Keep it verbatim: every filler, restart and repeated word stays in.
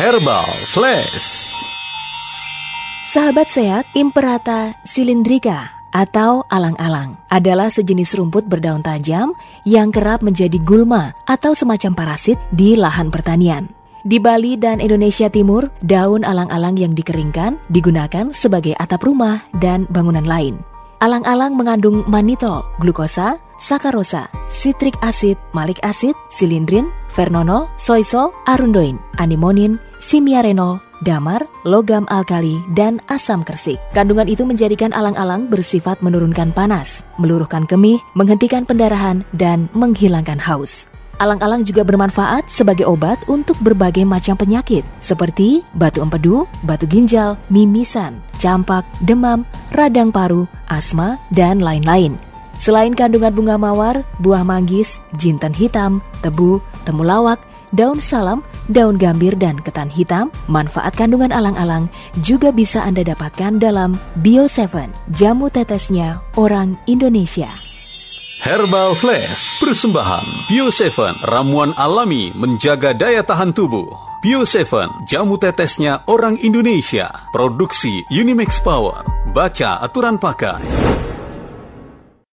Herbal Flash. Sahabat sehat, Imperata cylindrica atau alang-alang adalah sejenis rumput berdaun tajam yang kerap menjadi gulma atau semacam parasit di lahan pertanian. Di Bali dan Indonesia Timur, daun alang-alang yang dikeringkan digunakan sebagai atap rumah dan bangunan lain. Alang-alang mengandung manitol, glukosa, sakarosa, sitrik asid, malic acid, silindrin, fernonol, soisol, arundoin, animonin, simiarenol, damar, logam alkali, dan asam kersik. Kandungan itu menjadikan alang-alang bersifat menurunkan panas, meluruhkan kemih, menghentikan pendarahan, dan menghilangkan haus. Alang-alang juga bermanfaat sebagai obat untuk berbagai macam penyakit seperti batu empedu, batu ginjal, mimisan, campak, demam, radang paru, asma, dan lain-lain. Selain kandungan bunga mawar, buah manggis, jinten hitam, tebu, temulawak, daun salam, daun gambir, dan ketan hitam, manfaat kandungan alang-alang juga bisa Anda dapatkan dalam Bio tujuh, jamu tetesnya orang Indonesia. Herbal Flash, persembahan Bio tujuh, ramuan alami menjaga daya tahan tubuh. Bio tujuh, jamu tetesnya orang Indonesia. Produksi Unimax Power. Baca aturan pakai.